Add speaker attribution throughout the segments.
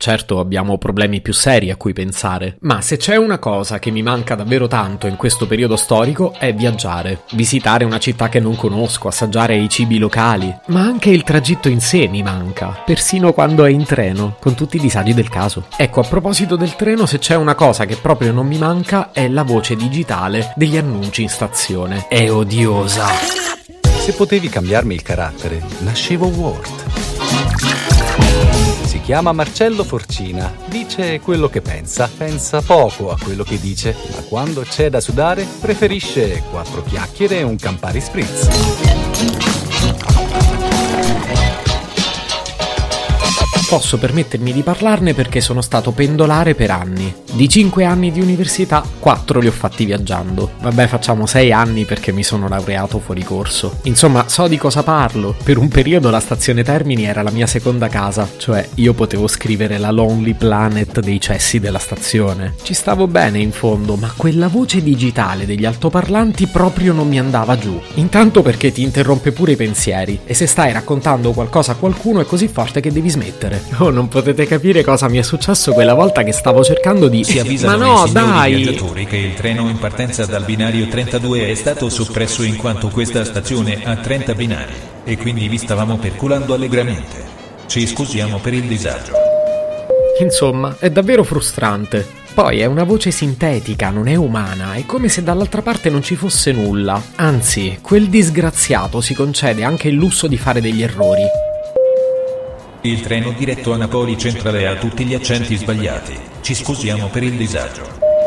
Speaker 1: Certo, abbiamo problemi più seri a cui pensare, ma se c'è una cosa che mi manca davvero tanto in questo periodo storico è viaggiare, visitare una città che non conosco, assaggiare i cibi locali, ma anche il tragitto in sé mi manca, persino quando è in treno, con tutti i disagi del caso. Ecco, a proposito del treno, se c'è una cosa che proprio non mi manca è la voce digitale degli annunci in stazione. È odiosa.
Speaker 2: Se potevi cambiarmi il carattere, nascevo Word. Si chiama Marcello Forcina, dice quello che pensa poco a quello che dice, ma quando c'è da sudare preferisce 4 chiacchiere e un Campari Spritz.
Speaker 1: Posso permettermi di parlarne perché sono stato pendolare per anni. Di 5 anni di università, 4 li ho fatti viaggiando. Vabbè, facciamo 6 anni perché mi sono laureato fuori corso. Insomma, so di cosa parlo. Per un periodo la stazione Termini era la mia seconda casa, cioè io potevo scrivere la Lonely Planet dei cessi della stazione. Ci stavo bene in fondo, ma quella voce digitale degli altoparlanti proprio non mi andava giù. Intanto perché ti interrompe pure i pensieri, e se stai raccontando qualcosa a qualcuno è così forte che devi smettere. Oh, non potete capire cosa mi è successo quella volta che stavo cercando di...
Speaker 3: Si avvisano i signori viaggiatori che il treno in partenza dal binario 32 è stato soppresso in quanto questa stazione ha 30 binari, e quindi vi stavamo perculando allegramente. Ci scusiamo per il disagio.
Speaker 1: Insomma, è davvero frustrante. Poi è una voce sintetica, non è umana, è come se dall'altra parte non ci fosse nulla. Anzi, quel disgraziato si concede anche il lusso di fare degli errori.
Speaker 3: Il treno diretto a Napoli Centrale ha tutti gli accenti sbagliati. Ci scusiamo per il disagio.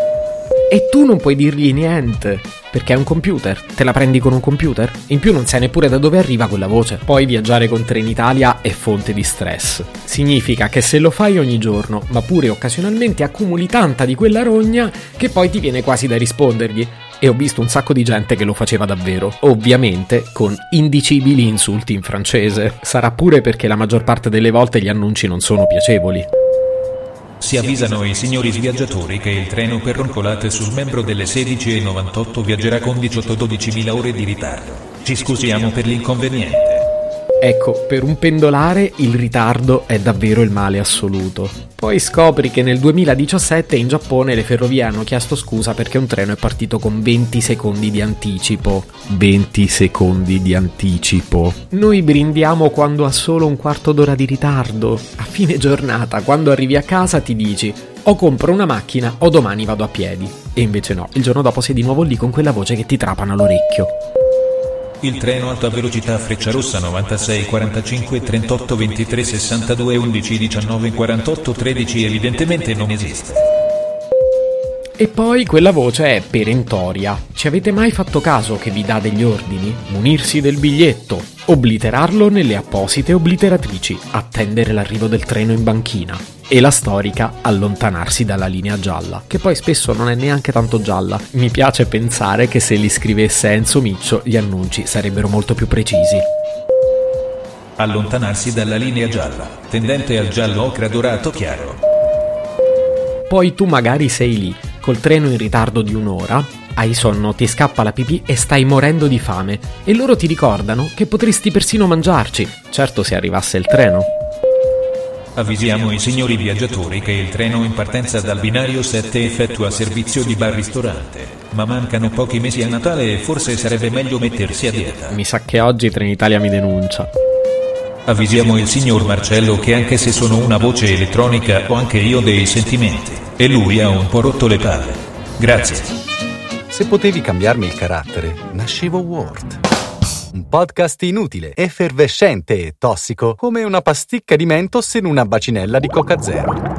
Speaker 1: E tu non puoi dirgli niente, perché è un computer. Te la prendi con un computer? In più non sai neppure da dove arriva quella voce. Poi viaggiare con Trenitalia è fonte di stress. Significa che se lo fai ogni giorno, ma pure occasionalmente, accumuli tanta di quella rogna che poi ti viene quasi da rispondergli. E ho visto un sacco di gente che lo faceva davvero, ovviamente con indicibili insulti in francese. Sarà pure perché la maggior parte delle volte gli annunci non sono piacevoli.
Speaker 3: Si avvisano i signori viaggiatori che il treno per Roncolate sul membro delle 16:98 viaggerà con 18-12.000 ore di ritardo. Ci scusiamo per l'inconveniente.
Speaker 1: Ecco, per un pendolare il ritardo è davvero il male assoluto. Poi scopri che nel 2017 in Giappone le ferrovie hanno chiesto scusa perché un treno è partito con 20 secondi di anticipo. 20 secondi di anticipo. Noi brindiamo quando ha solo un quarto d'ora di ritardo. A fine giornata, quando arrivi a casa ti dici: o compro una macchina o domani vado a piedi. E invece no, il giorno dopo sei di nuovo lì con quella voce che ti trapana l'orecchio.
Speaker 3: Il treno alta velocità Frecciarossa 96 45 38 23 62 11 19 48 13 evidentemente non esiste.
Speaker 1: E poi quella voce è perentoria. Ci avete mai fatto caso che vi dà degli ordini? Munirsi del biglietto, obliterarlo nelle apposite obliteratrici, attendere l'arrivo del treno in banchina. E la storica allontanarsi dalla linea gialla, che poi spesso non è neanche tanto gialla. Mi piace pensare che se li scrivesse Enzo Miccio gli annunci sarebbero molto più precisi.
Speaker 3: Allontanarsi dalla linea gialla, tendente al giallo ocra dorato chiaro.
Speaker 1: Poi tu magari sei lì, col treno in ritardo di un'ora, hai sonno, ti scappa la pipì e stai morendo di fame, e loro ti ricordano che potresti persino mangiarci, certo se arrivasse il treno.
Speaker 3: Avvisiamo i signori viaggiatori che il treno in partenza dal binario 7 effettua servizio di bar-ristorante, ma mancano pochi mesi a Natale e forse sarebbe meglio mettersi a dieta.
Speaker 1: Mi sa che oggi Trenitalia mi denuncia.
Speaker 3: Avvisiamo il signor Marcello che anche se sono una voce elettronica ho anche io dei sentimenti, e lui ha un po' rotto le palle. Grazie.
Speaker 2: Se potevi cambiarmi il carattere, nascevo Word. Un podcast inutile, effervescente e tossico, come una pasticca di Mentos in una bacinella di Coca Zero.